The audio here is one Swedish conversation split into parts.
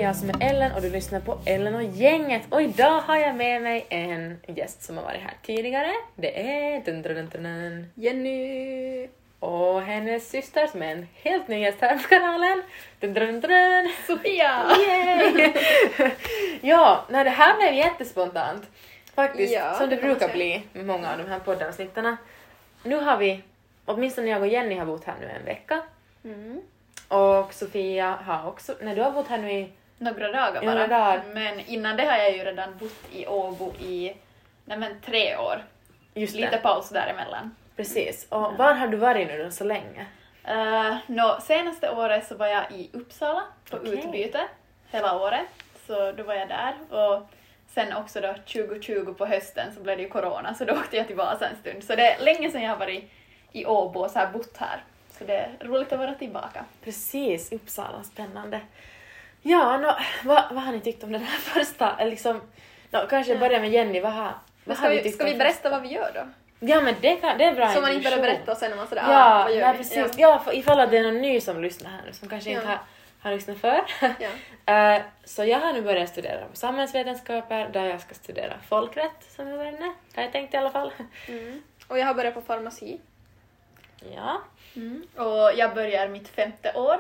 jag som är Ellen och du lyssnar på Ellen och gänget. Och idag har jag med mig en gäst som har varit här tidigare. Det är Jenny och hennes syster som är en helt ny gäst här på kanalen. Sofia! Ja, det här blev jättespontant. Faktiskt, Ja, som det det kan man brukar säga. bli med många av de här poddavsnittarna. Nu har vi, åtminstone jag och Jenny har bott här nu en vecka. Och Sofia har också, du har bott här nu i Några dagar bara. några dagar. Men innan det har jag ju redan bott i Åbo i 3 år. Just Lite det. paus däremellan. Precis. Och var har du varit nu då så länge? Senaste året så var jag i Uppsala på Okej. utbyte hela året. Så då var jag där. Och sen också då 2020 på hösten så blev det ju corona. Så då åkte jag till Vasa en stund. Så det är länge sedan jag har varit i Åbo och så här bott här. Så det är roligt att vara tillbaka. Precis, Uppsala, spännande. Ja, vad har ni tyckt om den här första? Liksom, kanske börja med Jenny, vad har ni tyckt Ska om vi berätta vad vi gör då? Ja, men det är bra. Så man inte bara introduktion. berättar och sen är man sådär, Ja, vad gör nej, vi? precis. Ja, ifall att det är någon ny som lyssnar här nu som kanske inte har lyssnat för. Ja. Så jag har nu börjat studera på samhällsvetenskaper där jag ska studera folkrätt som huvudämne. Det har jag tänkt i alla fall. Och jag har börjat på farmaci. Ja. Och jag börjar mitt 5:e år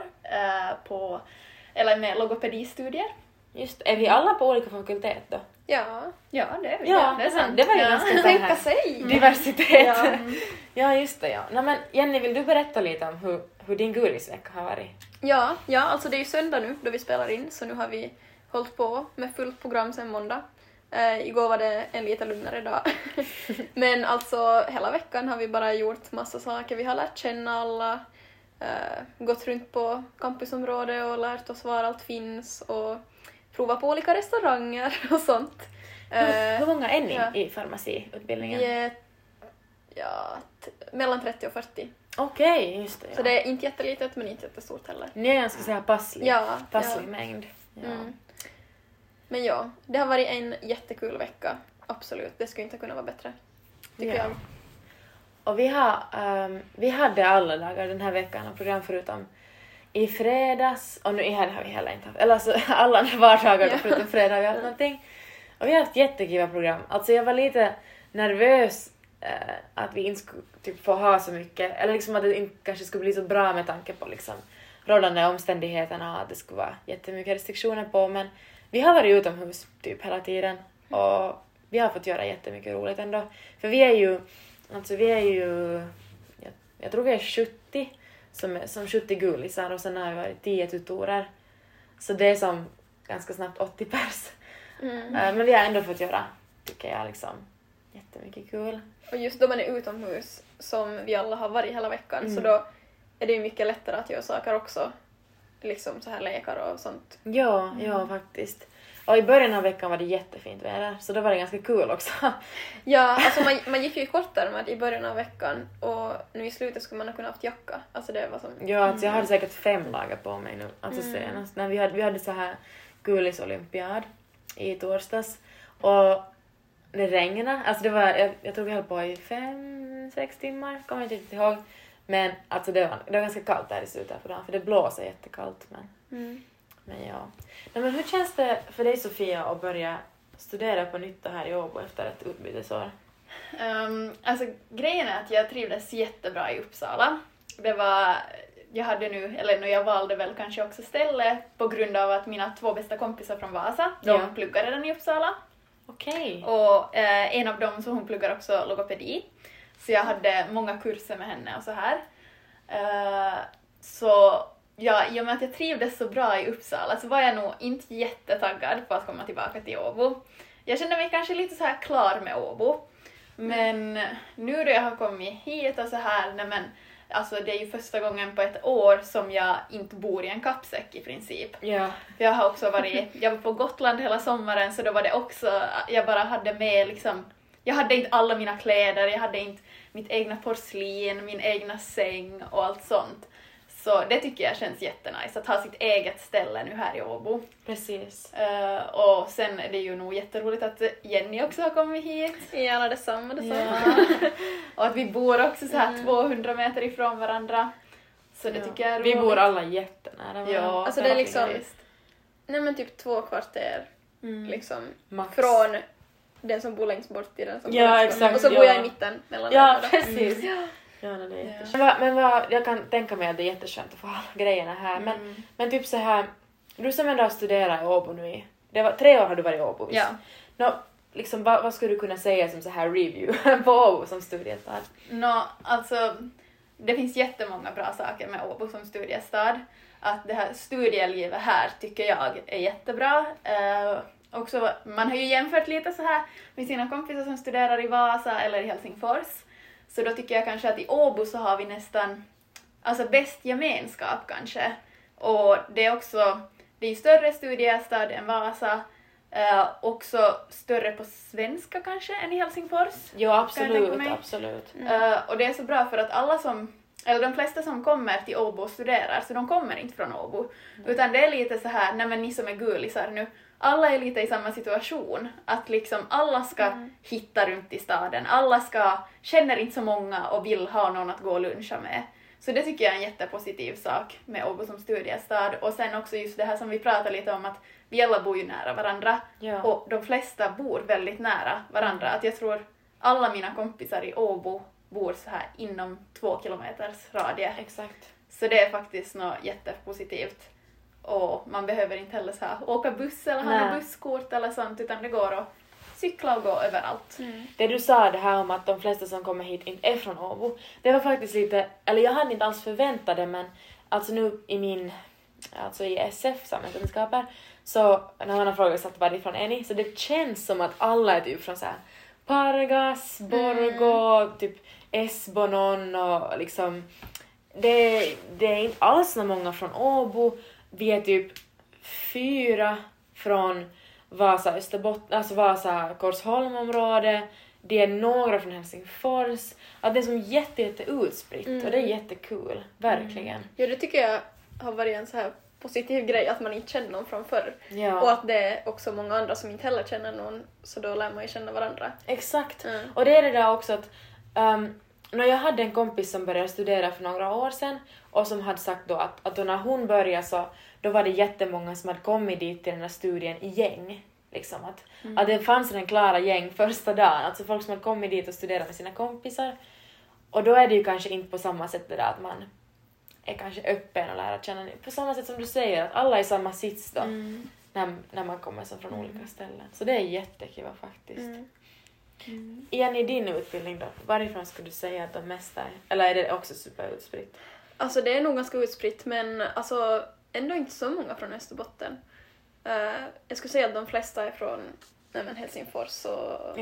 med logopedistudier. Just, är vi alla på olika fakultet då? Ja, det är vi. Ja, det är sant. det var ju ganska så här Tänka sig. diversitet. Ja. Ja, just det. Ja. Nej, men Jenny, vill du berätta lite om hur din gurisvecka har varit? Ja, alltså det är ju söndag nu då vi spelar in, så nu har vi hållit på med fullt program sen måndag. Igår var det en lite lugnare dag. Men alltså hela veckan har vi bara gjort massa saker. Vi har lärt känna alla, gått runt på campusområdet och lärt oss var allt finns och provat på olika restauranger och sånt. Hur många är ni ja. i farmaciutbildningen? Vi är mellan 30 och 40. Okej, just det. Ja. Så det är inte jättelitet men inte jättestort heller. Ni är ganska så här passlig mängd. Ja. Men ja, det har varit en jättekul vecka. Absolut, det skulle inte kunna vara bättre. Tycker jag. Och vi hade alla dagar den här veckan av program förutom i fredags. Och nu har vi heller inte haft. Eller alltså alla andra vardagar förutom fredag har vi haft någonting. Och vi har haft jättekul program. Alltså jag var lite nervös att vi inte skulle typ få ha så mycket. Eller liksom att det inte kanske skulle bli så bra med tanke på liksom rådande omständigheterna. Att det skulle vara jättemycket restriktioner på. Men vi har varit utomhus typ hela tiden. Och vi har fått göra jättemycket roligt ändå. För vi är ju jag tror vi är 70 som 70 gulisar och sen har vi varit 10 tutorer. Så det är som ganska snabbt 80 pers. Men vi har ändå fått göra, tycker jag, liksom jättemycket kul. Och just då man är utomhus, som vi alla har varit hela veckan, så då är det ju mycket lättare att göra saker också. Liksom så här lekar och sånt. Ja, faktiskt. Och i början av veckan var det jättefint väder, så då var det ganska kul också. Ja, alltså man gick ju i kortärmad i början av veckan och nu i slutet skulle man ha kunnat haft jacka. Alltså det var som... Ja, alltså jag hade säkert 5 lager på mig nu, alltså senast. När vi hade så här gulisolympiad i torsdags och det regnade, alltså det var, jag tror vi höll på i 5-6 timmar, kommer inte riktigt ihåg. Men alltså det var ganska kallt där i slutet på dagen, för det blåser jättekallt. Men ja. Nej, men hur känns det för dig, Sofia, att börja studera på nytt här i Åbo efter ett utbytesår? Alltså grejen är att jag trivdes jättebra i Uppsala. Jag valde väl kanske också ställe på grund av att mina 2 bästa kompisar från Vasa, de pluggade redan i Uppsala. Okej. Och en av dem, så hon pluggar också logopedi. Så jag hade många kurser med henne och så här. Så ja, i och med att jag trivdes så bra i Uppsala så var jag nog inte jättetaggad på att komma tillbaka till Åbo. Jag kände mig kanske lite så här klar med Åbo. Men nu då jag har kommit hit och så här, alltså det är ju första gången på ett år som jag inte bor i en kappsäck i princip. Ja. Jag var på Gotland hela sommaren, så då var det också, jag bara hade med liksom, jag hade inte alla mina kläder, jag hade inte mitt egna porslin, min egna säng och allt sånt. Så det tycker jag känns jättenice, att ha sitt eget ställe nu här i Åbo. Precis. Och sen är det ju nog jätteroligt att Jenny också har kommit hit. Gärna detsamma. Ja. Och att vi bor också så här 200 meter ifrån varandra. Så det tycker jag är roligt. Vi bor alla jättenära varandra. Ja, alltså det är liksom... Nej men typ 2 kvarter liksom Max. från den som bor längst bort till den som bor Ja, längst fram. exakt, Och så bor jag ja. i mitten mellan Ja, dem båda. precis. Ja, det är jätteskönt. Men jag kan tänka mig att det är jätteskönt att få alla grejerna här. Men typ så här, du som ändå har studerat i Åbo nu i, 3 år har du varit i Åbo, visst? Ja. Liksom, vad skulle du kunna säga som så här review på Åbo som studiestad? Alltså det finns jättemånga bra saker med Åbo som studiestad. Att det här studielivet här tycker jag är jättebra. Också, man har ju jämfört lite så här med sina kompisar som studerar i Vasa eller i Helsingfors. Så då tycker jag kanske att i Åbo så har vi nästan bäst gemenskap kanske. Och det är också, det är större studiestad än Vasa. Också större på svenska kanske än i Helsingfors. Ja, absolut. Och det är så bra för att de flesta som kommer till Åbo och studerar, så de kommer inte från Åbo. Utan det är lite så här, nej men ni som är gulisar nu, alla är lite i samma situation. Att liksom alla ska hitta runt i staden, känner inte så många och vill ha någon att gå och luncha med. Så det tycker jag är en jättepositiv sak med Åbo som studiestad. Och sen också just det här som vi pratar lite om, att vi alla bor ju nära varandra. Ja. Och de flesta bor väldigt nära varandra. Att jag tror alla mina kompisar i Åbo bor så här inom 2 kilometers radie. Exakt. Så det är faktiskt något jättepositivt. Och man behöver inte heller så här åka buss eller ha något busskort eller sånt, utan det går att cykla och gå överallt. Det du sa det här om att de flesta som kommer hit inte är från Åbo, det var faktiskt lite, eller jag hade inte alls förväntat det, men alltså nu i SF samhällsvetenskaper, så när man har frågat varifrån är ni, så det känns som att alla är typ från så här Pargas, Borgå, typ Esbonon och liksom det är inte alls många från Åbo. Vi är typ 4 från Vasa Österbotten, alltså Vasa Korsholm-område. Det är några från Helsingfors. Att det är som jätte utspritt och det är jättekul, verkligen. Ja, det tycker jag har varit en så här positiv grej, att man inte känner någon från förr. Ja. Och att det är också många andra som inte heller känner någon, så då lär man ju känna varandra. Exakt. Och det är det där också att när jag hade en kompis som började studera för några år sedan och som hade sagt då att då när hon började så då var det jättemånga som hade kommit dit till den här studien i gäng. Liksom att det fanns en klara gäng första dagen. Alltså folk som hade kommit dit och studerat med sina kompisar. Och då är det ju kanske inte på samma sätt det där att man är kanske öppen och lär att känna på samma sätt som du säger, att alla är i samma sits då när man kommer så från olika ställen. Så det är jättekul faktiskt. Igen i din utbildning då, varifrån skulle du säga att de mesta är? Eller är det också superutspritt? Alltså det är nog ganska utspritt, men alltså ändå inte så många från Österbotten. Jag skulle säga att de flesta är från Helsingfors och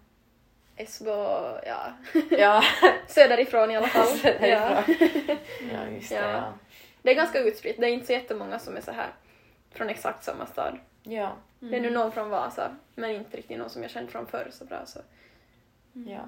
Esbo, Ja. söderifrån i alla fall. Ja, just det. Ja. Det är ganska utspritt, det är inte så jättemånga som är så här från exakt samma stad. Ja. Det är nu någon från Vasa, men inte riktigt någon som jag känt från förr så bra. Så. Ja.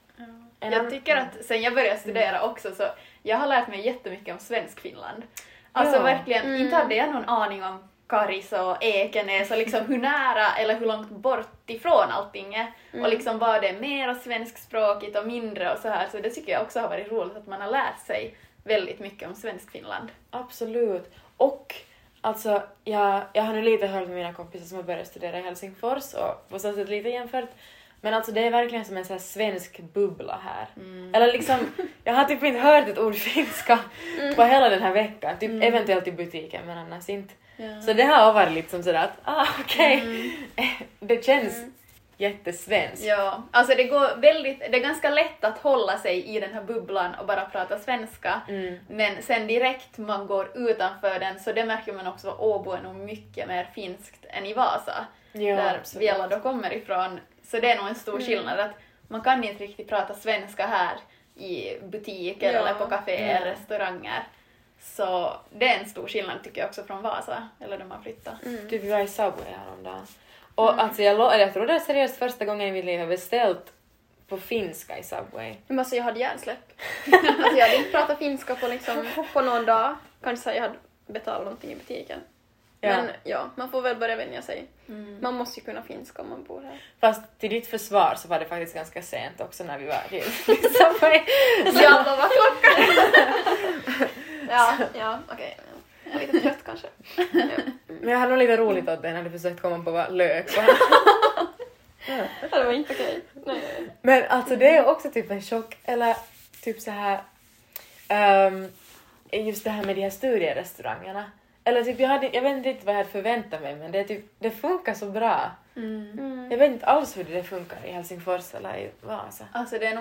Jag tycker att sen jag började studera också så jag har lärt mig jättemycket om svensk Finland. Alltså verkligen, inte hade jag någon aning om Karis och Ekenäs och liksom hur nära eller hur långt bort ifrån allting är. Och liksom vad det är mer svenskspråkigt och mindre och så här. Så det tycker jag också har varit roligt att man har lärt sig väldigt mycket om svensk Finland. Absolut. Och alltså, jag har nu lite hört med mina kompisar som har börjat studera i Helsingfors och på så sätt lite jämfört. Men alltså det är verkligen som en sån här svensk bubbla här. Eller liksom, jag har typ inte hört ett ord finska på hela den här veckan. Typ eventuellt i butiken, men annars inte. Ja. Så det har varit lite som sådär att, okej. Det känns jättesvenskt. Ja, alltså det är ganska lätt att hålla sig i den här bubblan och bara prata svenska. Men sen direkt man går utanför den så det märker man också att Åbo är nog mycket mer finskt än i Vasa. Ja, där absolut. vi alla då kommer ifrån. Så det är nog en stor skillnad att man kan inte riktigt prata svenska här i butiker eller på kaféer, restauranger. Så det är en stor skillnad tycker jag också från Vasa, eller när man flyttar. Typ vi var i Subway häromdagen. Och alltså jag tror det är seriöst första gången i mitt liv jag beställt på finska i Subway. Men alltså jag hade hjärnsläpp. Alltså jag hade inte pratat finska på någon dag. Kanske jag hade betalat någonting i butiken. Men man får väl börja vänja sig. Man måste ju kunna finska om man bor här. Fast till ditt försvar så var det faktiskt ganska sent också när vi var till Subway. Ja, vad var klockan? ja, okej. Jag är lite trött kanske. Men jag hade nog lite roligt åt det när du försökt komma på vad lök var. Det var inte okej. Nej. Men alltså det är också typ en chock, eller typ så här just det här med de här studierestaurangerna. Eller typ jag vet inte riktigt vad jag hade förväntat mig, men det är typ, det funkar så bra. Jag vet inte alls hur det funkar i Helsingfors eller i Vasa. Alltså det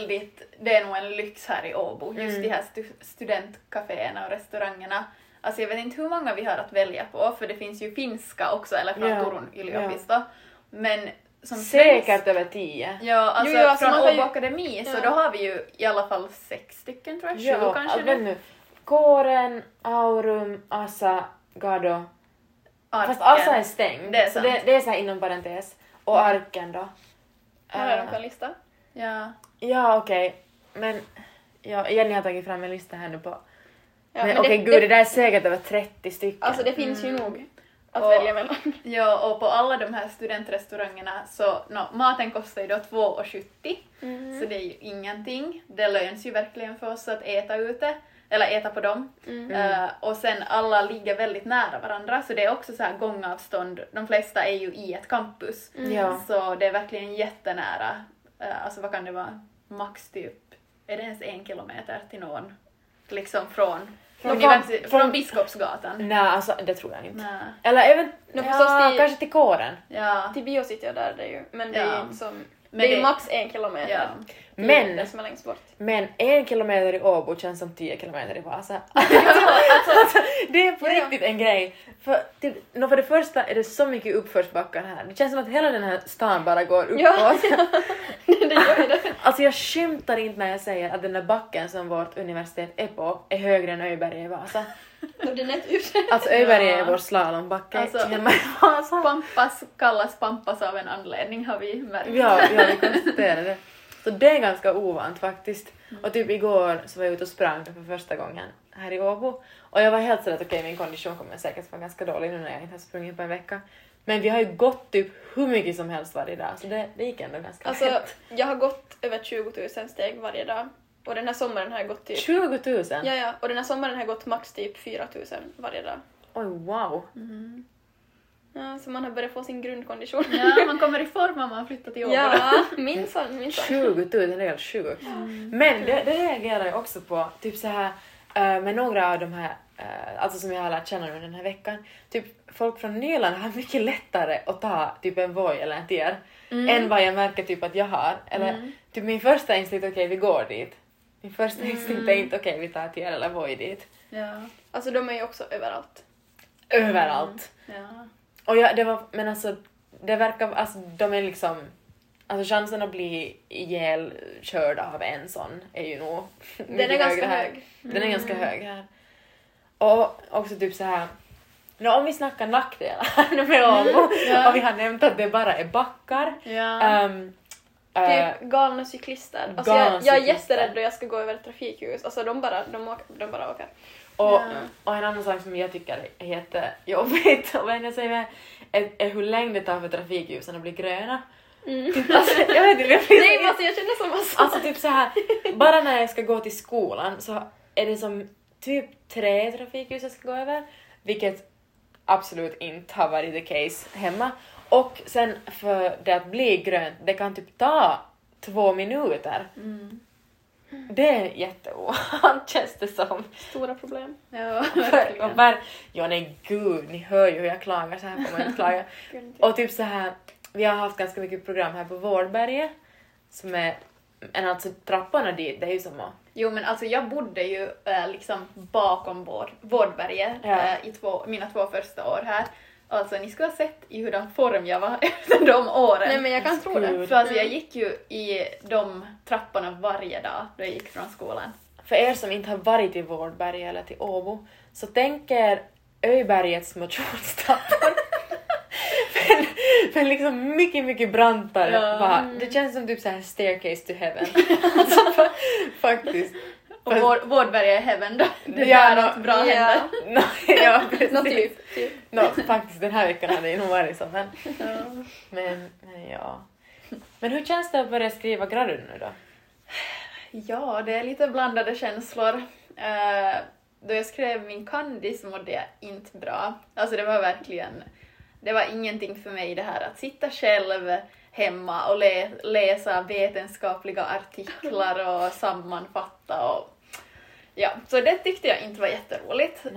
är nog en lyx här i Åbo, just de här studentcaféerna och restaurangerna. Alltså jag vet inte hur många vi har att välja på, för det finns ju finska också, eller från Turun yliopisto. Men som säkert över 10. Ja, alltså alltså från man kan Åbo Akademi så då har vi ju i alla fall 6 stycken tror jag, 7 kanske nu. Kåren, Aurum, Asa, Gado. Arken. Fast Asa är stängd, Det är så sant. det är så här inom parentes. Och Arken då. Har de på en lista? Ja. Ja, okej. Men ja, Jenny har tagit fram en lista här nu på. Ja, men okej, gud, det där är säkert över 30 stycken. Alltså det finns ju nog att Och- välja mellan. Ja, och på alla de här studentrestaurangerna så maten kostar ju då 2,70 så det är ju ingenting. Det löns ju verkligen för oss att äta ute, eller äta på dem. Och sen alla ligger väldigt nära varandra så det är också så här gångavstånd. De flesta är ju i ett campus. Ja. Så det är verkligen jättenära. Alltså vad kan det vara? Max typ, är det ens 1 kilometer till någon? Liksom från Biskopsgatan. Nej, alltså det tror jag inte. Nej. Eller även, No, förstås kanske till kåren. Ja. Till Biocity där det är ju, men det är Ja. ju inte som... Men det är ju det- max 1 kilometer. Ja. Men- Det som är längst bort. Men 1 kilometer i Åbo känns som 10 kilometer i Vasa. Alltså, det är på riktigt en grej. För det första är det så mycket uppförsbackar här. Det känns som att hela den här stan bara går uppåt. Ja, det gör ju det. Alltså jag skämtar inte när jag säger att den där backen som vårt universitet är på är högre än Öjberg i Vasa. Och den är typ... Alltså Öjberg är vår slalombacke Alltså- hemma i Vasa. Pampas kallas Pampas av en anledning har vi märkt. Ja, vi konstaterade det. Så det är ganska ovant faktiskt. Och typ igår så var jag ute och sprang för första gången här i Åbo. Och jag var helt sådär att okej, min kondition kommer säkert vara ganska dålig nu när jag inte har sprungit på en vecka. Men vi har ju gått typ hur mycket som helst varje dag. Så det gick ändå ganska Alltså, lätt. jag har gått över 20 000 steg varje dag. Och den här sommaren har jag gått typ... 20 000? Ja, och den här sommaren har jag gått max typ 4 000 varje dag. Oj, wow. Ja, så man har börjat få sin grundkondition. Ja, man kommer i form om man flyttar till Åbo. Ja, minsann. 20 000, det är helt sjukt. Men det reagerar jag också på. Typ så här med några av de här, alltså som jag har lärt känna under den här veckan. Typ folk från Nyland har mycket lättare att ta typ en Voi eller en tier än vad jag märker typ att jag har. Eller typ min första instinkt, okej, vi går dit. Min första instinkt är inte okej, vi tar tier eller Voi dit. Ja. Alltså de är ju också överallt. Överallt. Ja. Och ja, det var, men alltså det verkar, alltså de är liksom, alltså chansen att bli ihjälkörd av en sån är ju nog mycket ganska högre här. hög. Den är ganska hög här. Och också typ så här, om vi snackar nackdelar med Åbo och vi har nämnt att det bara är backar. Ja. Typ galna cyklister. Alltså galna jag är cyklister. jätterädd då jag ska gå över ett trafikljus. Alltså de bara åker. Och en annan sak som jag tycker är jättejobbigt att vänja sig med är hur länge det tar för trafikljusen att bli gröna. Typ, alltså, jag vet inte, Nej, men alltså jag känner som massa. alltså typ så här, bara när jag ska gå till skolan så är det som typ 3 trafikljus jag ska gå över, vilket absolut inte har varit the case hemma. Och sen för det att bli grönt, det kan typ ta 2 minuter. Det är jätteovant känns det som. Stora problem. Ja, verkligen. Ja nej gud, ni hör ju hur jag klagar, så här får man inte klaga. Och typ så här, vi har haft ganska mycket program här på Vårdberget som är, men alltså trapporna dit, det är ju som att... Jo men alltså jag bodde ju liksom bakom Vårdberget i mina 2 första år här. Alltså ni skulle ha sett i hurdan form jag var efter de åren. Nej men jag kan tro det. För alltså jag gick ju i de trapporna varje dag då jag gick från skolan. För er som inte har varit i Vårdberget eller till Åbo, så tänker Öjbergets motionstappar. men liksom mycket brantare. Ja. Bara, det känns som typ så här staircase to heaven. Alltså, faktiskt. Och Vårdberget är heaven då. Det är Ja, där något bra händer. Ja, precis. Nå typ. Faktiskt den här veckan hade det nog varit så. Men ja. Men hur känns det att börja skriva gradun nu då? Ja, det är lite blandade känslor. då jag skrev min kandis mådde jag inte bra. Alltså det var verkligen, det var ingenting för mig det här att sitta själv hemma och läsa vetenskapliga artiklar och sammanfatta och ja, så det tyckte jag inte var jätteroligt.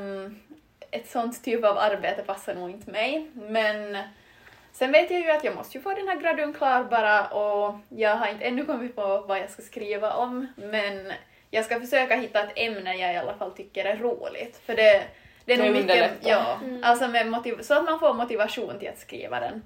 Ett sånt typ av arbete passar nog inte mig, men sen vet jag ju att jag måste ju få den här gradun klar bara och jag har inte ännu kommit på vad jag ska skriva om, men jag ska försöka hitta ett ämne jag i alla fall tycker är roligt, för det är nog mycket, ja, alltså med så att man får motivation till att skriva den.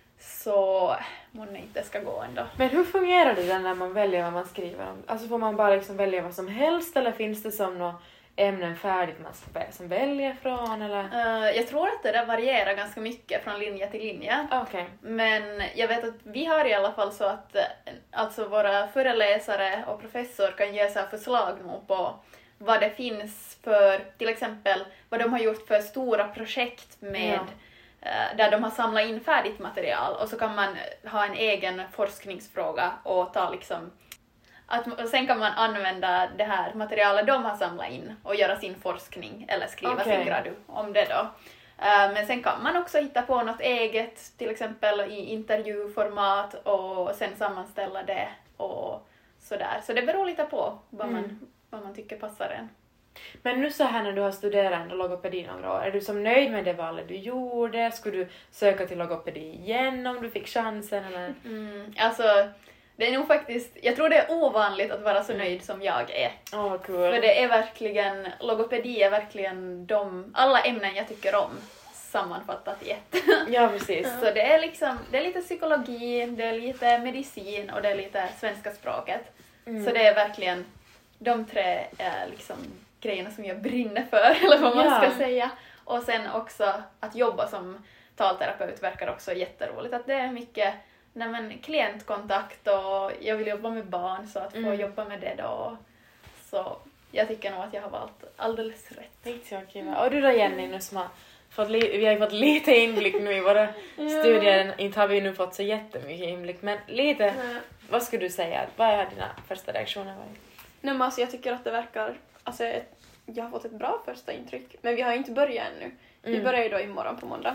Så månne inte ska gå ändå. Men hur fungerar det där när man väljer vad man skriver om? Alltså får man bara liksom välja vad som helst eller finns det som något ämnen färdigt man ska som välja från eller? Jag tror att det där varierar ganska mycket från linje till linje. Okay. Men jag vet att vi har i alla fall så att alltså våra föreläsare och professor kan ge sig förslag nog på vad det finns för, till exempel vad de har gjort för stora projekt med där de har samlat in färdigt material och så kan man ha en egen forskningsfråga och ta liksom och sen kan man använda det här materialet de har samlat in och göra sin forskning eller skriva sin gradu om det då. Men sen kan man också hitta på något eget, till exempel i intervjuformat och sen sammanställa det och sådär. Så det beror lite på vad man tycker passar en. Men nu så här när du har studerat logopedi några år, är du som nöjd med det valet du gjorde? Skulle du söka till logopedi igen om du fick chansen? Eller? Alltså, det är nog faktiskt, jag tror det är ovanligt att vara så nöjd som jag är. Cool. För det är verkligen, logopedi är verkligen alla ämnen jag tycker om sammanfattat i ett. Ja, precis. Så det är liksom, det är lite psykologi, det är lite medicin och det är lite svenska språket. Så det är verkligen de tre liksom grejerna som jag brinner för, eller vad man ska säga. Och sen också att jobba som talterapeut verkar också jätteroligt. Att det är mycket klientkontakt och jag vill jobba med barn så att få jobba med det då. Så jag tycker nog att jag har valt alldeles rätt. Och du då Jenny, nu som har vi har ju fått lite inblick nu i våra studier. Inte har vi nu fått så jättemycket inblick, men lite, vad skulle du säga? Vad är dina första reaktioner varit? Nej, men alltså jag tycker att det verkar, alltså jag har fått ett bra första intryck, men vi har inte börjat ännu. Vi börjar ju då imorgon på måndag.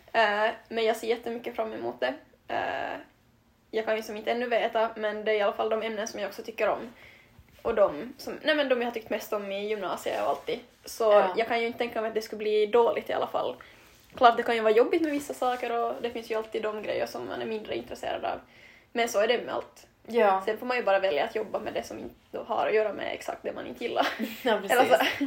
Men jag ser jättemycket fram emot det. Jag kan ju som inte ännu veta, men det är i alla fall de ämnen som jag också tycker om. Och de jag har tyckt mest om i gymnasiet och alltid. Så jag kan ju inte tänka mig att det skulle bli dåligt i alla fall. Klart det kan ju vara jobbigt med vissa saker och det finns ju alltid de grejer som man är mindre intresserad av. Men så är det med allt. Ja. Sen får man ju bara välja att jobba med det som inte har att göra med exakt det man inte gillar. Ja, precis.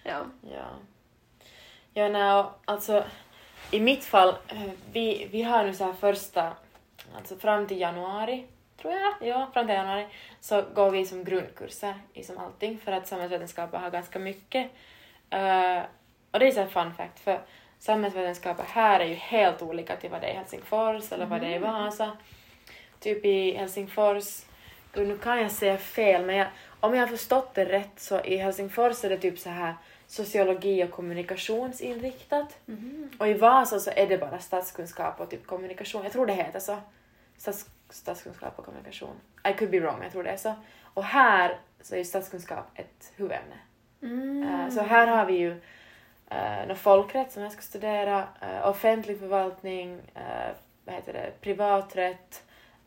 Alltså i mitt fall, vi har nu så här första, alltså fram till januari, tror jag. Ja, fram till januari så går vi som grundkurser i som allting för att samhällsvetenskap har ganska mycket. Och det är så här fun fact, för samhällsvetenskap här är ju helt olika till vad det är i Helsingfors eller vad det är i Vasa. Typ i Helsingfors, nu kan jag säga fel, men om jag har förstått det rätt så i Helsingfors är det typ så här sociologi och kommunikationsinriktat. Och i Vasa så är det bara statskunskap och typ kommunikation. Jag tror det heter så. Statskunskap och kommunikation. I could be wrong, jag tror det är så. Och här så är statskunskap ett huvudämne. Så här har vi ju folkrätt som jag ska studera, offentlig förvaltning, privaträtt,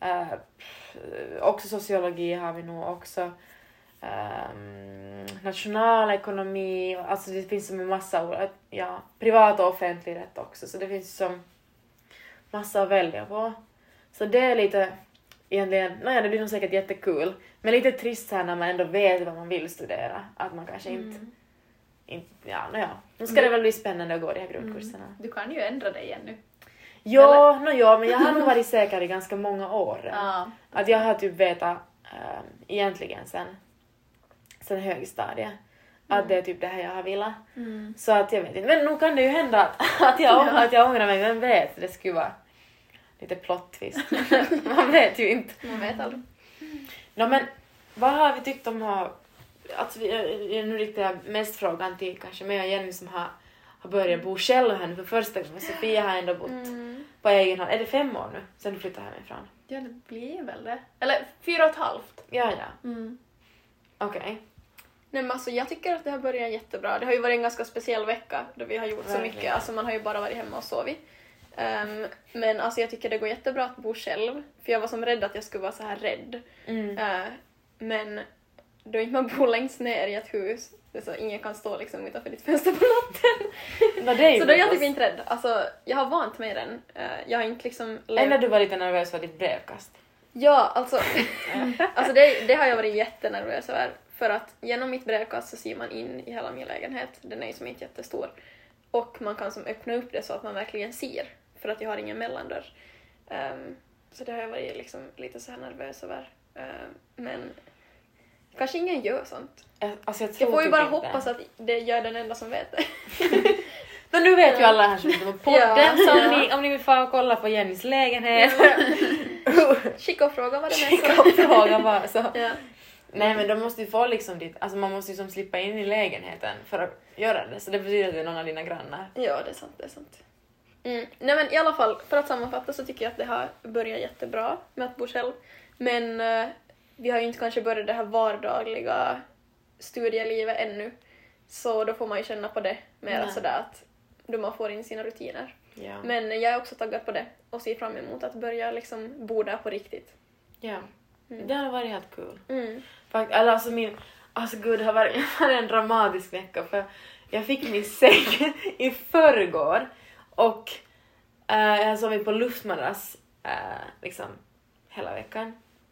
också sociologi har vi nog också. Nationalekonomi, alltså det finns som en massa privat och offentlig rätt också, så det finns som massa att välja på. Så det är lite egentligen, det blir nog säkert jättekul, men lite trist här när man ändå vet vad man vill studera, att man kanske inte nu ska det väl bli spännande att gå de här grundkurserna. Du kan ju ändra dig igen nu. Men jag har nog varit säker i ganska många år. Att jag har typ vetat egentligen sen högstadiet att det är typ det här jag har velat. Så att jag vet inte. Men nu kan det ju hända att jag ångrar mig. Vem vet? Det skulle vara lite plot twist. Man vet ju inte. Man vet aldrig. Men vad har vi tyckt om att nu riktar jag mest frågan till kanske mig och Jenny som har börjat bo själv här nu för första gången. Sofia har ändå bott på egen hand. Är det 5 år nu sen du flyttade hemifrån? Ja, det blir väl det. Eller 4,5. Ja. Okej. Nej, men alltså, jag tycker att det har börjat jättebra. Det har ju varit en ganska speciell vecka då vi har gjort så mycket. Alltså, man har ju bara varit hemma och sovit. Men alltså, jag tycker det går jättebra att bo själv. För jag var som rädd att jag skulle vara så här rädd. Men då inte man bor längst ner i ett hus. Så ingen kan stå liksom utanför ditt fönster på natten. Så då är jag typ inte rädd. Alltså, jag har vant mig den. Jag har inte liksom... Eller du var lite nervös för ditt brevkast? Ja, alltså det har jag varit jättenervös över. För att genom mitt brevkast så ser man in i hela min lägenhet. Den är ju som inte jättestor. Och man kan som öppna upp det så att man verkligen ser. För att jag har ingen mellandörr. Så det har jag varit liksom lite så här nervös över. Men kanske ingen gör sånt. Alltså, jag får ju bara hoppas att det gör den enda som vet det. Men nu vet ju alla här som sitter på podden, så om ni vill få och kolla på Jennys lägenhet. Skicka och fråga vad det är. Skicka och fråga bara så. Ja. Nej, men de måste ju få liksom dit, alltså man måste ju som slippa in i lägenheten för att göra det. Så det betyder att det är någon av dina grannar. Ja, det är sant. Nej, men i alla fall, för att sammanfatta så tycker jag att det har börjat jättebra med att bo själv. Men vi har ju inte kanske börjat det här vardagliga studielivet ännu. Så då får man ju känna på det mer sådär att då man får in sina rutiner. Ja. Men jag är också taggad på det och ser fram emot att börja liksom bo där på riktigt. Ja, det har varit helt kul. Gud, det har varit en dramatisk vecka för jag fick min säng i förrgår och jag sov på luftmadrass liksom hela veckan.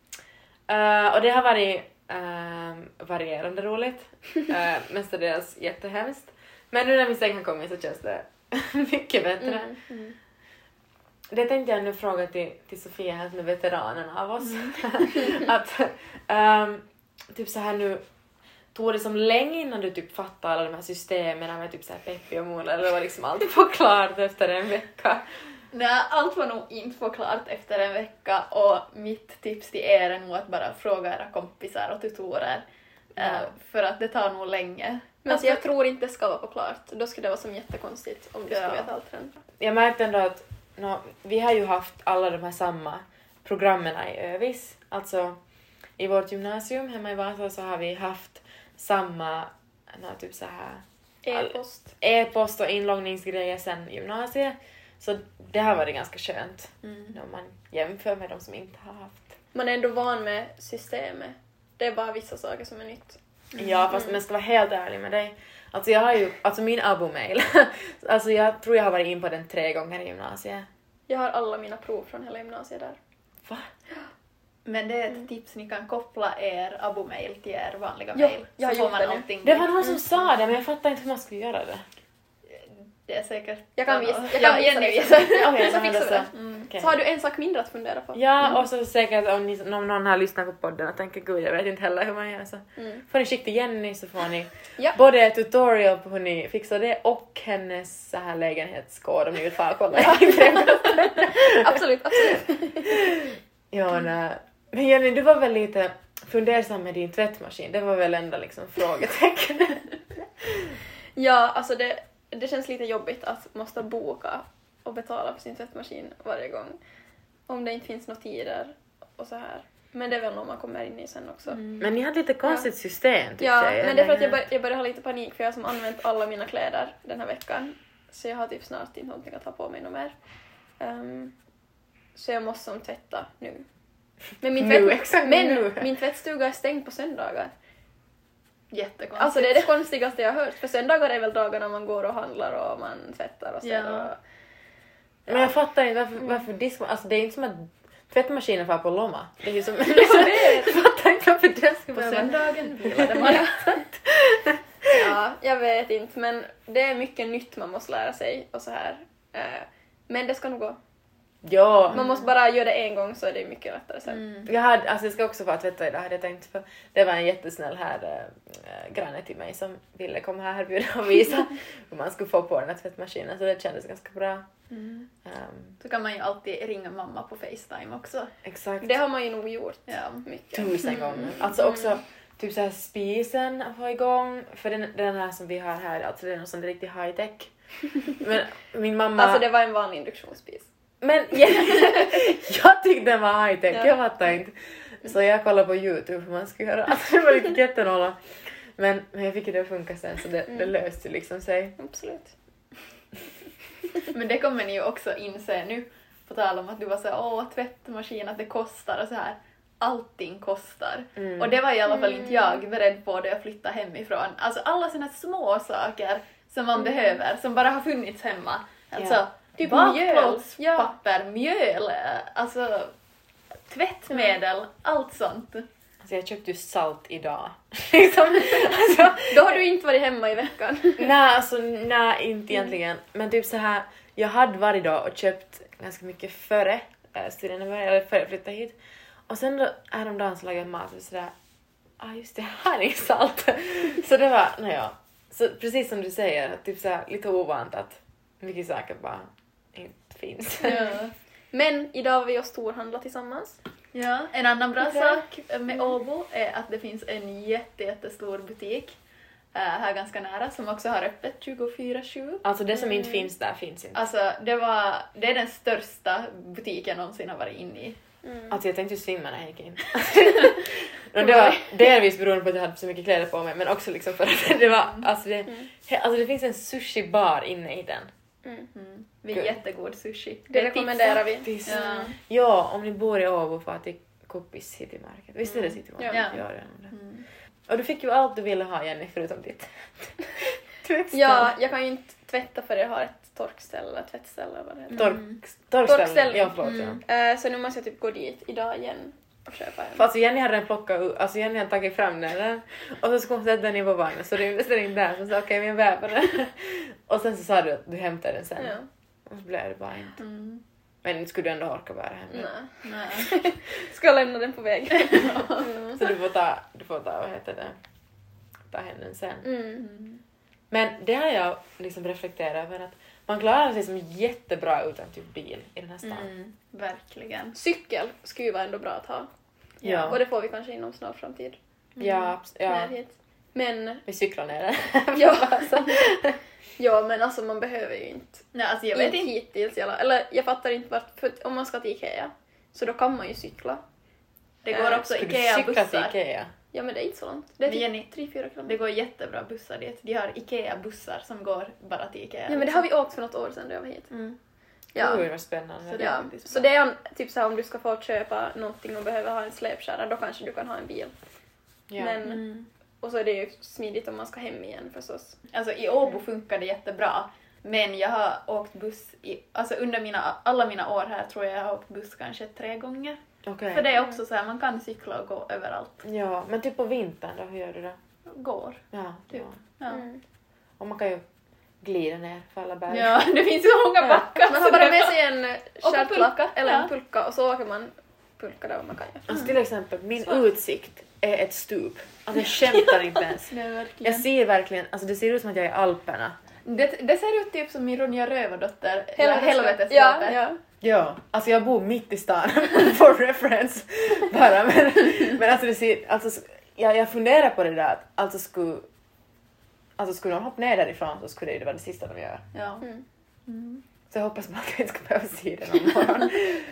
Och det har varit varierande roligt. Mestadels jättehemskt. Men nu när min säng har kommit så känns det mycket bättre. Det tänkte jag nu fråga till Sofia här som är veteranen av oss. Att typ så här nu tog det som länge innan du typ fattade alla de här systemen med typ så här Peppi och Mola, eller var liksom allt förklarat efter en vecka? Nej, allt var nog inte förklarat efter en vecka och mitt tips till er är nog att bara fråga era kompisar och tutorer. För att det tar nog länge. Men alltså, jag tror inte det ska vara förklarat. Då skulle det vara som jättekonstigt om du skulle veta allt redan. Jag märkte ändå att vi har ju haft alla de här samma programmen i Övis. Alltså i vårt gymnasium hemma i Vasa så har vi haft samma typ så här e-post och inloggningsgrejer sen gymnasiet. Så det har varit ganska skönt när man jämför med de som inte har haft. Man är ändå van med systemet. Det är bara vissa saker som är nytt. Ja, fast om jag ska vara helt ärlig med dig. Alltså jag har ju, min abo-mail. Alltså jag tror jag har varit in på den 3 gånger i gymnasiet. Jag har alla mina prov från hela gymnasiet där. Va? Men det är ett tips, ni kan koppla er abo-mail till er vanliga mail. Jag har så får gjort man det allting. Det var någon som sa det, men jag fattar inte hur man skulle göra det. Det är säkert... Jag kan visa det. Så fixar vi det. Okay. Så har du en sak mindre att fundera på. Ja, och så säkert om någon har lyssnat på podden och tänker gud, jag vet inte heller hur man gör så. Får ni skicka till Jenny så får ni både tutorial på hur ni fixar det och hennes så här lägenhetskod om ni vill få kolla. Absolut. Ja, nej. Men Jenny, du var väl lite fundersam med din tvättmaskin. Det var väl enda liksom frågetecken. Ja, alltså det känns lite jobbigt att måste boka och betala för sin tvättmaskin varje gång. Om det inte finns några tider och så här. Men det är väl något man kommer in i sen också. Men ni hade lite konstigt system tycker jag. Ja, men det är för att jag börjar ha lite panik för jag har som använt alla mina kläder den här veckan. Så jag har typ snart inte någonting att ha på mig något mer. Så jag måste som tvätta nu. Men min tvättstuga är stängd på söndagar. Jättekonstigt. Alltså det är det konstigaste jag har hört. För söndagar är väl dagarna man går och handlar och man tvättar och ställer. Ja. Men jag fattar inte varför diskmaskinen... Alltså det är inte som att tvättmaskinen får på lomma. Det är ju som... Jag fattar inte varför det ska på söndagen vilade man. Ja, jag vet inte. Men det är mycket nytt man måste lära sig och så här. Men det ska nog gå. Ja. Man måste bara göra det en gång så är det mycket lättare sen. Jag ska också få tvätta idag hade jag tänkt. För det var en jättesnäll här granne till mig som ville komma här och visa hur man skulle få på den här tvättmaskinen. Så det kändes ganska bra. Så kan man ju alltid ringa mamma på FaceTime också. Exakt. Det har man ju nog gjort mycket. 1000 gånger. Alltså också typ så här spisen att få igång. För den här som vi har här, alltså det är någon sån riktigt high tech. Men min mamma... Alltså det var en vanlig induktionsspis. Men jag tyckte den var high tech, jag fattar inte. Så jag kollade på YouTube hur man ska göra. Alltså det var lite jättenolla. Men jag fick det att funka sen så det löste liksom sig. Absolut. Men det kommer ni ju också inse nu. På tal om att du var så tvättmaskin, att det kostar och så här. Allting kostar. Och det var i alla fall inte jag beredd på då jag flyttade hemifrån. Alltså alla såna små saker som man behöver, som bara har funnits hemma. Alltså, Typ bakplåtspapper, mjöl, alltså tvättmedel, allt sånt. Alltså jag köpte ju salt idag. Liksom, alltså, Då har du inte varit hemma i veckan. nej, inte egentligen. Men typ så här, jag hade varje dag och köpt ganska mycket före studierna började, eller före jag flyttade hit. Och sen då häromdagen så lagade jag mat och sådär, just det, här är salt. Så det var, så precis som du säger, typ så här, lite ovant att mycket saker bara inte finns. Ja. Men idag var vi och storhandla tillsammans. Ja, en annan bra sak med Åbo är att det finns en jättestor butik här ganska nära som också har öppet 24/7. Alltså det som inte finns där finns inte. Alltså det är den största butiken jag någonsin har varit inne i. Alltså jag tänkte ju svimma när jag gick in. Och det var delvis beroende på att jag hade så mycket kläder på mig, men också liksom för att det var, alltså det finns en sushi-bar inne i den. Det är jättegod sushi. Det rekommenderar vi. Ja, om ni bor i Åbo för att det är Kuppis City Market. Visst är det City Market? Ja. Ja, det är det. Och du fick ju allt du ville ha, Jenny, förutom ditt tvättställ. Ja, jag kan ju inte tvätta för jag har ett torkställe, tvättställe vad det heter. Torkställ. Ja, förlåt. Ja. Så nu måste jag typ gå dit idag igen och köpa en. För alltså Jenny hade den plockat ut, alltså Jenny hade tagit fram den och så skulle hon sätta den i på vagnen så rymdes den in där så sa okej, men jag bär på den. Och sen så sa du att du hämtar den sen. Ja. Och så blev det bara inte. Men skulle du ändå orka bära hem den? Nej. Ska jag lämna den på väg. Så du får ta vad heter det? Ta hem den sen. Men det har jag liksom reflekterat över att man klarar sig som jättebra utan typ bil i den här stan. Verkligen. Cykel skulle ju vara ändå bra att ha. Ja. Och det får vi kanske inom snar framtid. Ja. Närhet. Men Vi cyklar ner. ja, men alltså man behöver ju inte. Nej, alltså jag vet inte inte. hittills. Eller jag fattar inte vart, för om man ska till Ikea så då kan man ju cykla. Det går också Ska du cykla till Ikea-bussar. Ikea? Ja, men det är inte så långt. Det är Men Jenny, typ 3-4 kilometer. Det går jättebra bussar dit. De har Ikea-bussar som går bara till Ikea. Ja, men det har vi åkt för något år sedan då jag var hit. Ja. Oj, vad spännande. Så det- Ja, så det är typ så här, om du ska få köpa någonting och behöver ha en släpkärra, då kanske du kan ha en bil. Ja. Men, och så är det ju smidigt om man ska hem igen förstås. Alltså i Åbo funkar det jättebra. Men jag har åkt buss alltså under alla mina år här tror jag har åkt buss kanske 3 gånger. Okej. För det är också så här, man kan cykla och gå överallt. Ja, men typ på vintern då, hur gör du det? Går. Ja, Typ. ja. Ja. Och man kan ju glida ner för alla berg. Ja, det finns så många backar. Man så har bara det med är sig en pulka, stjärtlapp eller ja. en pulka och så åker man pulka där man kan göra. Alltså till exempel, min utsikt är ett stup. Alltså jag skämtar inte ens. det är verkligen. Jag ser verkligen, alltså det ser ut som att jag är i Alperna. Det ser ut typ som min Ronja Rövardotter. Helvetesgapet. Helvetesgapet. Ja. Ja, alltså jag bor mitt i stan, for reference bara. Men alltså det ser, alltså jag funderar på det där att alltså skulle de hoppa ner därifrån så skulle det ju vara det sista de gör. Ja. Så jag hoppas bara att jag inte ska behöva se det någon morgon.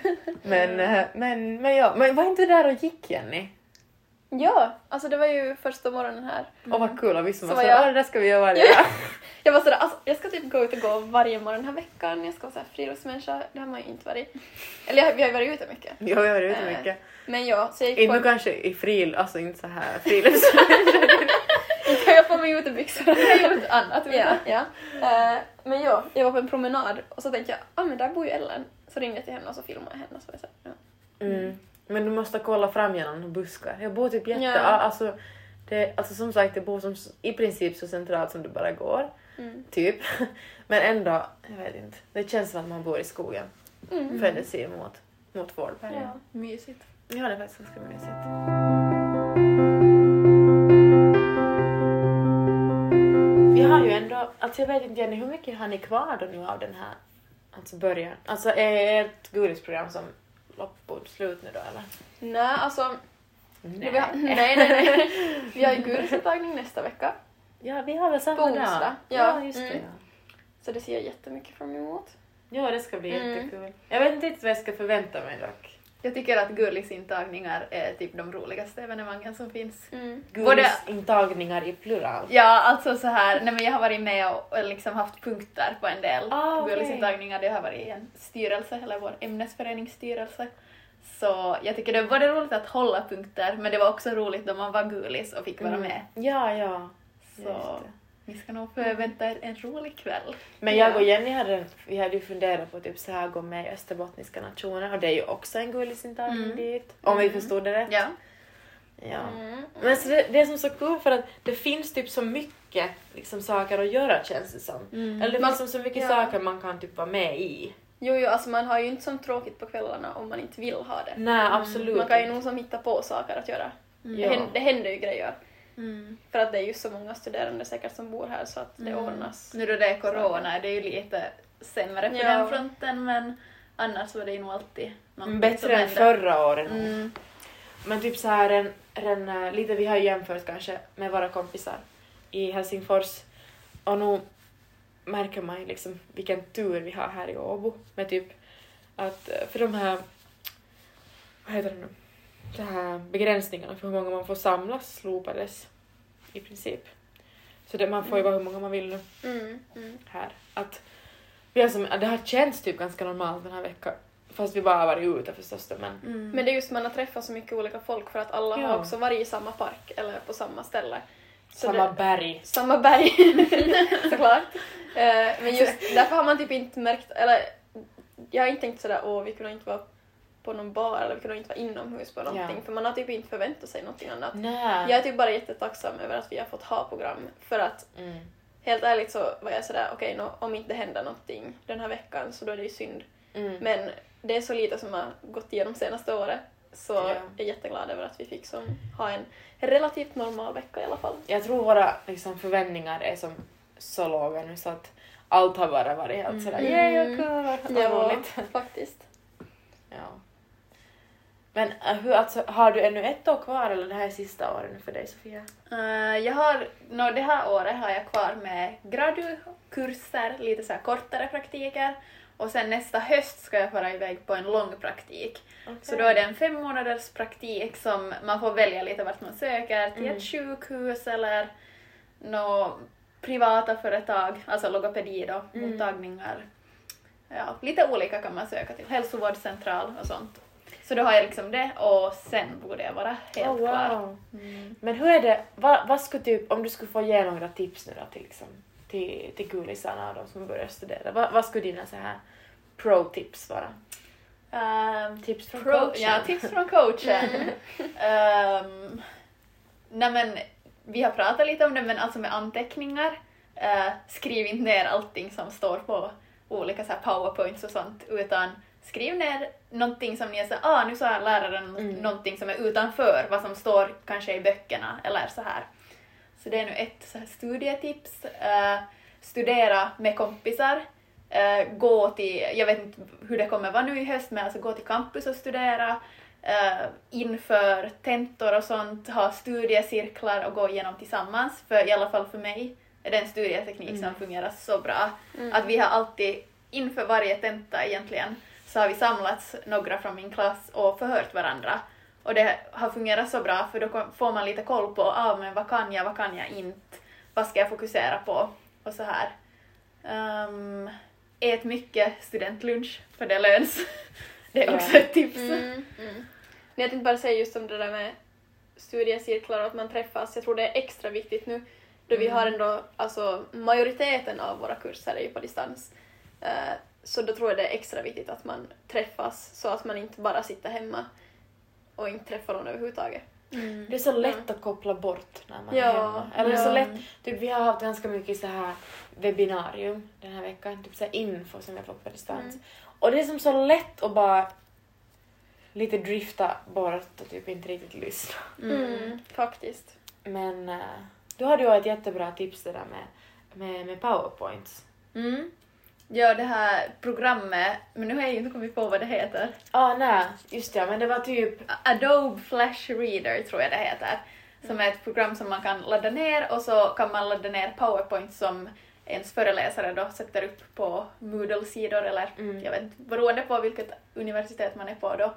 Men ja, men var inte där och gick, Jenny? Ja, alltså det var ju första morgonen här. Och vad kul, och vi som Så var var så, jag- det där ska vi göra varje dag. Jag var sådär, alltså, jag ska typ gå ut och gå varje morgon den här veckan. Jag ska vara såhär friluftsmänniska. Det har man ju inte varit. Eller vi har ju varit ute mycket. Jo, jag har ute mycket. Men ja, så jag gick Inte på nu kanske i alltså inte så här frilufts. Kan jag få mig utebyxor? Jag har gjort annat. Ja. Men ja, jag var på en promenad och så tänkte jag, men där bor ju Ellen. Så ringde jag till henne och så filmade jag henne. Och så var jag så här, ja. Men du måste kolla fram genom buskar. Jag bor typ Ja. alltså som sagt, jag bor som i princip så centralt som det bara går. Typ. Men ändå, jag vet inte. Det känns som att man bor i skogen. För det ser mot Vårdberg. Ja. Mysigt. Ja, det är faktiskt ganska mysigt. Vi har ju ändå, alltså jag vet inte Jenny, hur mycket har ni kvar då nu av den här alltså början? Alltså är ert godisprogram som loppbord slut nu då eller? Nej, alltså... Nej. Vi har ju gudsuttagning nästa vecka. Ja, vi har väl samma På onsdag. dag. Ja, Just det. mm. Så det ser jag jättemycket fram emot. Ja, det ska bli jättekul. Jag vet inte riktigt vad jag ska förvänta mig dock. Jag tycker att Gulis-intagningar är typ de roligaste evenemangen som finns. Gulis-intagningar i plural. Ja, alltså så här, nej men jag har varit med och liksom haft punkter på en del Gulis-intagningar. Jag har varit i en styrelse, eller vår ämnesföreningsstyrelse. Så jag tycker det var både roligt att hålla punkter, men det var också roligt då man var Gulis och fick vara med. Ja. Så vi ska nog förvänta er en rolig kväll. Men jag och Jenny hade ju funderat på typ så här gå med i Österbottniska nationer, och det är ju också en Gulis-intagning dit. Om vi förstod det rätt. Ja. Ja. Men så det är som så kul för att det finns typ så mycket liksom saker att göra, känns det som. Eller det finns så mycket saker man kan typ vara med i. Jo, alltså man har ju inte så tråkigt på kvällarna om man inte vill ha det. Nej, absolut. Man kan ju nog som hitta på saker att göra. Det händer ju grejer. För att det är ju så många studerande säkert som bor här så att det ordnas. Nu då det är corona, det är ju lite sämre på den fronten, men annars var det ju nog alltid något bättre än förra året. Men typ så här lite vi har jämfört kanske med våra kompisar i Helsingfors, och nu märker man ju liksom vilken tur vi har här i Åbo med typ att för de här, vad heter det nu, de här begränsningarna för hur många man får samlas slopades i princip. Så det, man får ju vara hur många man vill nu här. Att vi har det har känts typ ganska normalt den här veckan. Fast vi bara har varit ute förstås då, men... Men det är just man har träffat så mycket olika folk för att alla har också varit i samma park eller på samma ställe. Så samma berg. Samma berg, såklart. Men just därför har man typ inte märkt, eller jag har inte tänkt sådär, vi kunde inte vara på någon bar eller vi kunde inte vara inomhus på någonting. För man har typ inte förväntat sig någonting annat. Nej. Jag är typ bara jättetacksam över att vi har fått ha program. För att helt ärligt så var jag sådär, okej, om inte det händer någonting den här veckan så då är det ju synd. Men det är så lite som har gått igenom senaste året. Så jag är jätteglad över att vi fick ha en relativt normal vecka i alla fall. Jag tror våra liksom, förväntningar är som så låga nu så att allt har bara varit helt sådär roligt. Faktiskt. Ja. Men alltså, har du ännu ett år kvar eller det här är sista året för dig, Sofia? Det här året har jag kvar med gradukurser, lite så här kortare praktiker. Och sen nästa höst ska jag fara iväg på en lång praktik. Okay. Så då är det en 5 månaders praktik som man får välja lite vart man söker. Till ett sjukhus eller några privata företag. Alltså logopedi då, mottagningar. Ja, lite olika kan man söka till. Hälsovårdscentral och sånt. Så då har jag liksom det och sen borde jag vara helt klar. Men hur är det, vad skulle typ, om du skulle få ge några tips nu då till liksom, till gulisarna och de som börjar studera. Vad skulle dina så här pro-tips vara? Tips från coachen. Ja, tips från coachen. Nej men, vi har pratat lite om det, men alltså med anteckningar. Skriv inte ner allting som står på olika så här powerpoints och sånt, utan skriv ner någonting som ni är så nu sa läraren någonting som är utanför vad som står kanske i böckerna eller så här. Så det är nu ett så här studietips. Studera med kompisar. Gå till, jag vet inte hur det kommer vara nu i höst, men alltså gå till campus och studera. Inför tentor och sånt. Ha studiecirklar och gå igenom tillsammans. För i alla fall för mig är det en studieteknik som fungerar så bra. Att vi har alltid, inför varje tenta egentligen, så har vi samlats några från min klass och förhört varandra. Och det har fungerat så bra för då får man lite koll på men vad kan jag inte, vad ska jag fokusera på och så här. Ät mycket studentlunch för det löns. Det är också ett tips. Jag tänkte bara säga just om det där med studiecirklar och att man träffas. Jag tror det är extra viktigt nu då vi har ändå, alltså majoriteten av våra kurser är ju på distans. Så då tror jag det är extra viktigt att man träffas så att man inte bara sitter hemma och inte träffar någon överhuvudtaget. Det är så lätt att koppla bort när man är hemma. Eller så lätt, typ vi har haft ganska mycket så här webbinarium den här veckan, typ så här info som jag fått på distans. Och det är som så lätt att bara lite drifta bort och typ inte riktigt lyssna. Faktiskt. Men du hade ju ett jättebra tips det där med PowerPoints. Ja, det här programmet, men nu har jag inte kommit på vad det heter. Nej, just det, men det var typ... Adobe Flash Reader tror jag det heter. Som är ett program som man kan ladda ner och så kan man ladda ner PowerPoint som ens föreläsare då sätter upp på Moodle-sidor eller jag vet inte, beroende på vilket universitet man är på då.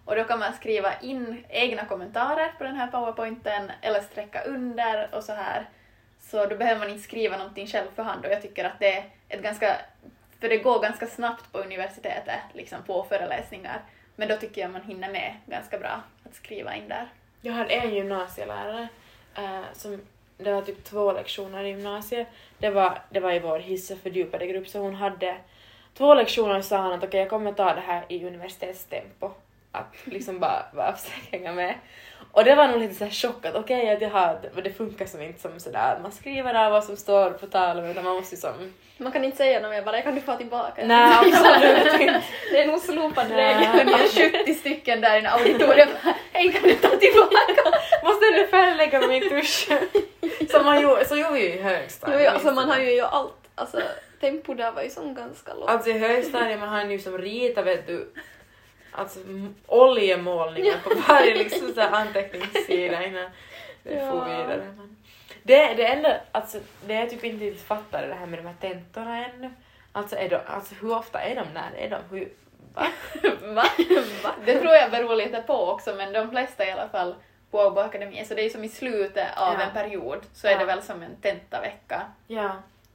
Och då kan man skriva in egna kommentarer på den här PowerPointen eller sträcka under och så här. Så då behöver man inte skriva någonting själv för hand och jag tycker att det är ett ganska, för det går ganska snabbt på universitetet, liksom på föreläsningar. Men då tycker jag man hinner med ganska bra att skriva in där. Jag hade en gymnasielärare som, det var typ 2 lektioner i gymnasiet. Det var i vår fördjupade grupp, så hon hade 2 lektioner och sa han att okej, jag kommer ta det här i universitetstempo. Att liksom bara försöka hänga med. Och det var nog lite så här chock att okej, att det funkar som inte som sådär att man skriver av vad som står på tavlan, utan man måste ju som... Man kan inte säga något mer, bara kan du få tillbaka. Nej, absolut inte. Det är nog slopad Nej. regel. Ni är 70 stycken där i en auditorium. Hej, kan du ta tillbaka? Måste du färglägga min tusch? Så gjorde vi ju i högstadiet. Jo, alltså man har ju allt. Alltså tempo där var ju som ganska lågt. Alltså i högstadiet man har ju som rita, vet du, alltså oljemålningar på varje liksom så här anteckningssida innan det får vidare. Men det enda, alltså det är typ inte riktigt fattar det här med de här tentorna ännu. Alltså hur ofta är de när är de? Va? Det tror jag beror lite på också, men de flesta i alla fall på Åbo Akademi, så det är som i slutet av en period så är det väl som en tentavecka. Ja.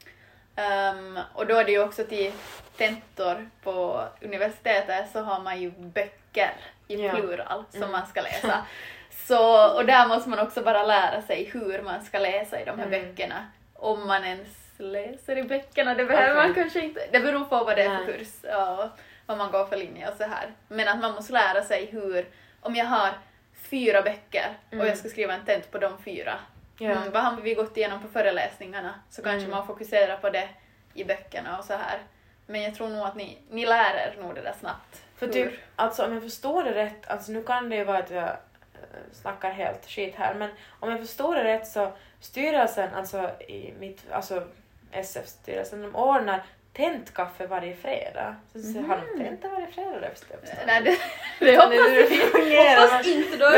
Och då är det ju också till tentor på universitetet så har man ju böcker i plural som man ska läsa. Så, och där måste man också bara lära sig hur man ska läsa i de här böckerna. Om man ens läser i böckerna, det behöver man kanske inte. Det beror på vad det är för kurs och vad man går för linje och så här. Men att man måste lära sig hur, om jag har 4 böcker och jag ska skriva en tent på de 4. Vad har vi gått igenom på föreläsningarna, så kanske man fokuserar på det i böckerna och så här. Men jag tror nog att ni lär er nog det där snabbt. För typ, alltså om jag förstår det rätt, alltså nu kan det ju vara att jag snackar helt skit här, men om jag förstår det rätt så styrelsen, alltså i SF-styrelsen, de ordnar tentkaffe varje fredag. Så har de tenta varje fredag, det förstår jag. Nej, det hoppas inte då.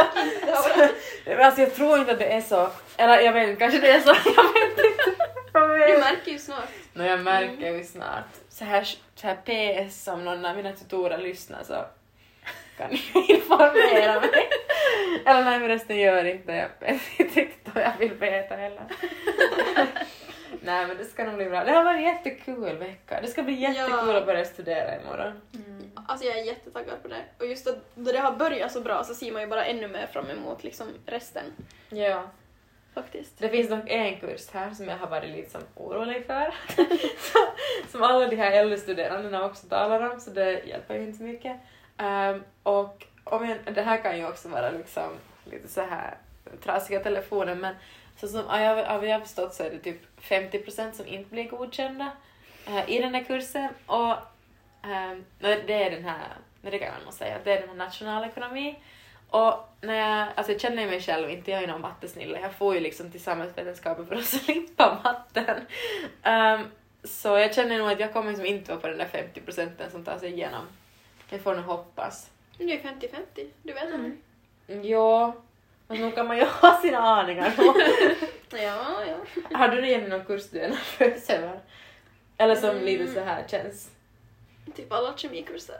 Alltså jag tror inte att det är så. Eller jag vet inte, kanske det är så. Jag vet inte. Du märker ju snart. Jag märker ju snart. Så här PS om någon av mina tutorer lyssnar så kan ni informera mig. Eller nej, förresten gör inte. Jag vet inte vad jag vill veta heller. Nej, men det ska nog bli bra. Det har varit en jättekul vecka. Det ska bli jättekul att börja studera imorgon. Alltså jag är jättetaggad på det. Och just då det har börjat så bra så ser man ju bara ännu mer fram emot liksom resten. Ja. Faktiskt. Det finns dock en kurs här som jag har varit lite som orolig för. Som alla de här LU-studerandena också talar om, så det hjälper ju inte så mycket. Och det här kan ju också vara liksom lite så här trasiga telefoner, men så som jag har förstått så är det typ 50% som inte blir godkända i den här kursen. Och det är den här, det kan man säga, det är den här nationalekonomi. Och när jag känner mig själv inte, jag är någon mattesnilla. Jag får ju liksom till samhällsvetenskapen för att slippa matten. Så jag känner nog att jag kommer liksom inte vara på den där 50% som tar sig igenom. Jag får nog hoppas. Det är 50-50, du vet det. Ja, men nu kan man ju ha sina aningar. Ja. Har du redan någon kurs du är nervös över? Eller som lite så här känns? Typ alla kemikurser.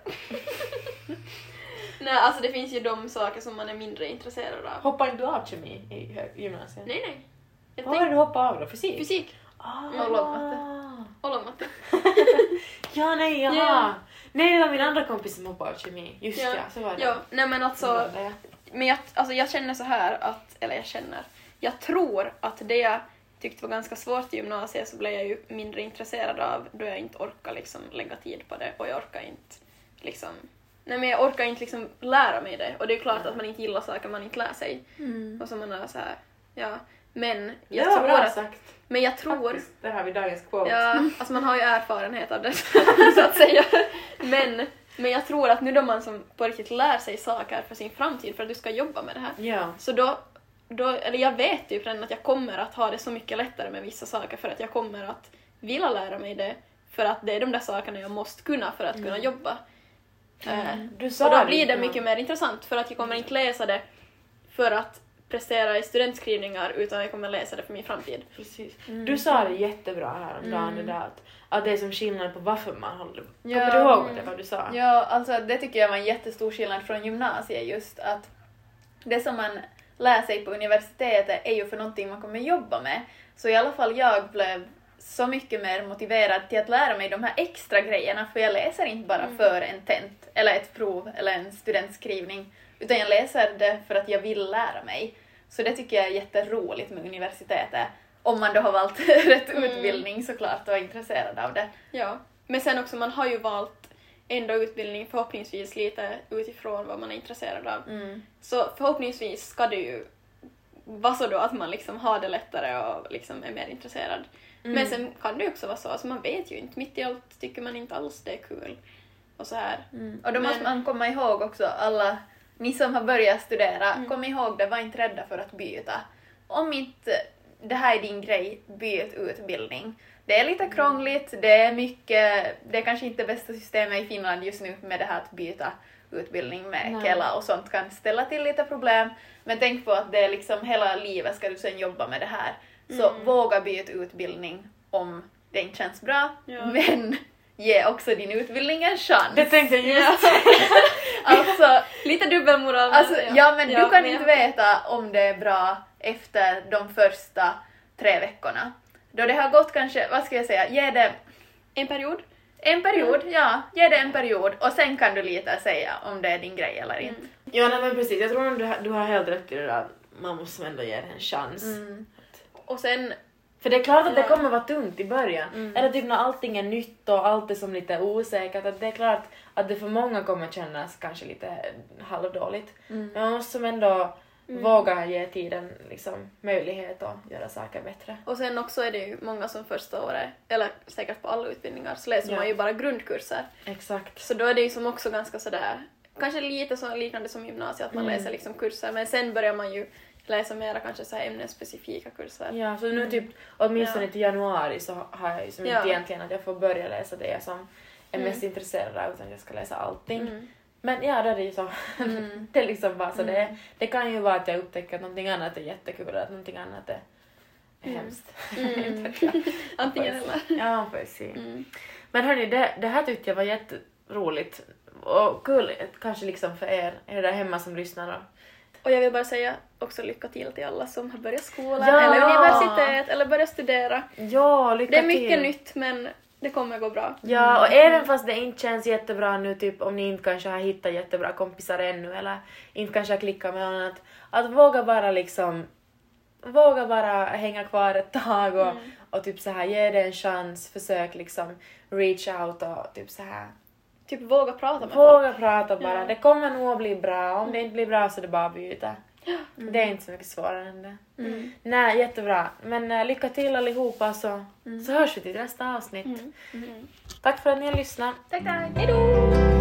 Nej, alltså det finns ju de saker som man är mindre intresserad av. Hoppar inte du av kemi i gymnasiet? Nej. Vad har du hoppat av då? Fysik? Fysik. Och lågmatte. Och lågmatte. Ja. Nej, det var min andra kompis som hoppade av kemi. Just ja, så var det. Ja, nej men alltså... Men jag känner så här att... Jag tror att det jag tyckte var ganska svårt i gymnasiet så blev jag ju mindre intresserad av då jag inte orkar liksom lägga tid på det. Och jag orkar inte liksom... Nej, men jag orkar inte liksom lära mig det. Och det är klart att man inte gillar saker man inte lär sig. Och så man är så här... Ja, men jag tror att... Sagt. Men jag tror... Faktiskt, där har vi dagens quote. Ja, alltså man har ju erfarenhet av det så att säga. Men jag tror att nu då man som på riktigt lär sig saker för sin framtid för att du ska jobba med det här. Ja. Så då eller jag vet ju redan att jag kommer att ha det så mycket lättare med vissa saker för att jag kommer att vilja lära mig det för att det är de där sakerna jag måste kunna för att kunna jobba. Du sa och då blir det mycket mer intressant för att jag kommer inte läsa det för att prestera i studentskrivningar utan jag kommer läsa det för min framtid. Precis. Du sa det jättebra här om dagen det där att det är som skillnad på varför man håller. Kommer du ihåg vad du sa? Ja, alltså det tycker jag var en jättestor skillnad från gymnasiet, just att det som man lär sig på universitetet är ju för någonting man kommer jobba med. Så i alla fall jag blev så mycket mer motiverad till att lära mig de här extra grejerna, för jag läser inte bara för en tent eller ett prov eller en studentskrivning, utan jag läser det för att jag vill lära mig. Så det tycker jag är jätteroligt med universitetet, om man då har valt rätt utbildning såklart och är intresserad av det. Ja, men sen också man har ju valt ändå utbildning förhoppningsvis lite utifrån vad man är intresserad av. Så förhoppningsvis ska det ju vara så då att man liksom har det lättare och liksom är mer intresserad. Men sen kan det ju också vara så, alltså man vet ju inte, mitt i allt tycker man inte alls det är kul. Och så här. Och då måste man komma ihåg också, alla ni som har börjat studera, kom ihåg det, var inte rädda för att byta. Om inte det här är din grej, byt utbildning. Det är lite krångligt, det är mycket, det är kanske inte bästa systemet i Finland just nu med det här att byta utbildning med Kela och sånt kan ställa till lite problem. Men tänk på att det är liksom hela livet ska du sen jobba med det här. Så våga byta utbildning om det inte känns bra, men ge också din utbildning en chans. Det tänkte jag just. Alltså, lite dubbelmoral. alltså, ja, men du kan inte veta om det är bra efter de första 3 veckorna. Då det har gått kanske, vad ska jag säga, ge det en period. Ge det en period och sen kan du lite säga om det är din grej eller inte. Ja, nej, men precis. Jag tror att du har helt rätt i det där. Man måste ändå ge det en chans. Och sen... För det är klart att det kommer vara tungt i början. Eller typ när allting är nytt och allt är som lite osäkert. Att det är klart att det för många kommer kännas kanske lite halvdåligt. Men man måste som ändå våga ge tiden liksom, möjlighet att göra saker bättre. Och sen också är det ju många som första året, eller säkert på alla utbildningar, så läser man ju bara grundkurser. Exakt. Så då är det ju som också ganska sådär, kanske lite så liknande som gymnasiet, att man läser liksom kurser, men sen börjar man ju läsa mera kanske så här ämnesspecifika kurser. Ja, så nu typ åtminstone till januari så har jag ju som inte egentligen att jag får börja läsa det jag som är mest intresserad av, utan jag ska läsa allting. Men ja, det är ju så. Det är liksom bara så det kan ju vara att jag upptäcker att någonting annat är jättekul eller att någonting annat är hemskt. Antingen eller. Ja, man får ju se. Men hörni, det här tyckte jag var jätteroligt och kul kanske liksom för er där hemma som lyssnar. Och jag vill bara säga också lycka till alla som har börjat skolan eller universitet eller börjat studera. Ja, lycka till. Det är mycket nytt, men det kommer gå bra. Ja, och även fast det inte känns jättebra nu, typ om ni inte kanske har hittat jättebra kompisar ännu eller inte kanske har klickat med någon, att våga bara hänga kvar ett tag och typ så här ge det en chans, försök liksom reach out och typ så här. Typ våga prata med folk. Prata bara. Ja. Det kommer nog att bli bra. Om det inte blir bra så är det bara att byta. Det är inte så mycket svårare än det. Nej, jättebra. Men lycka till allihopa så hörs vi till nästa avsnitt. Tack för att ni har lyssnat. Tack. Hejdå!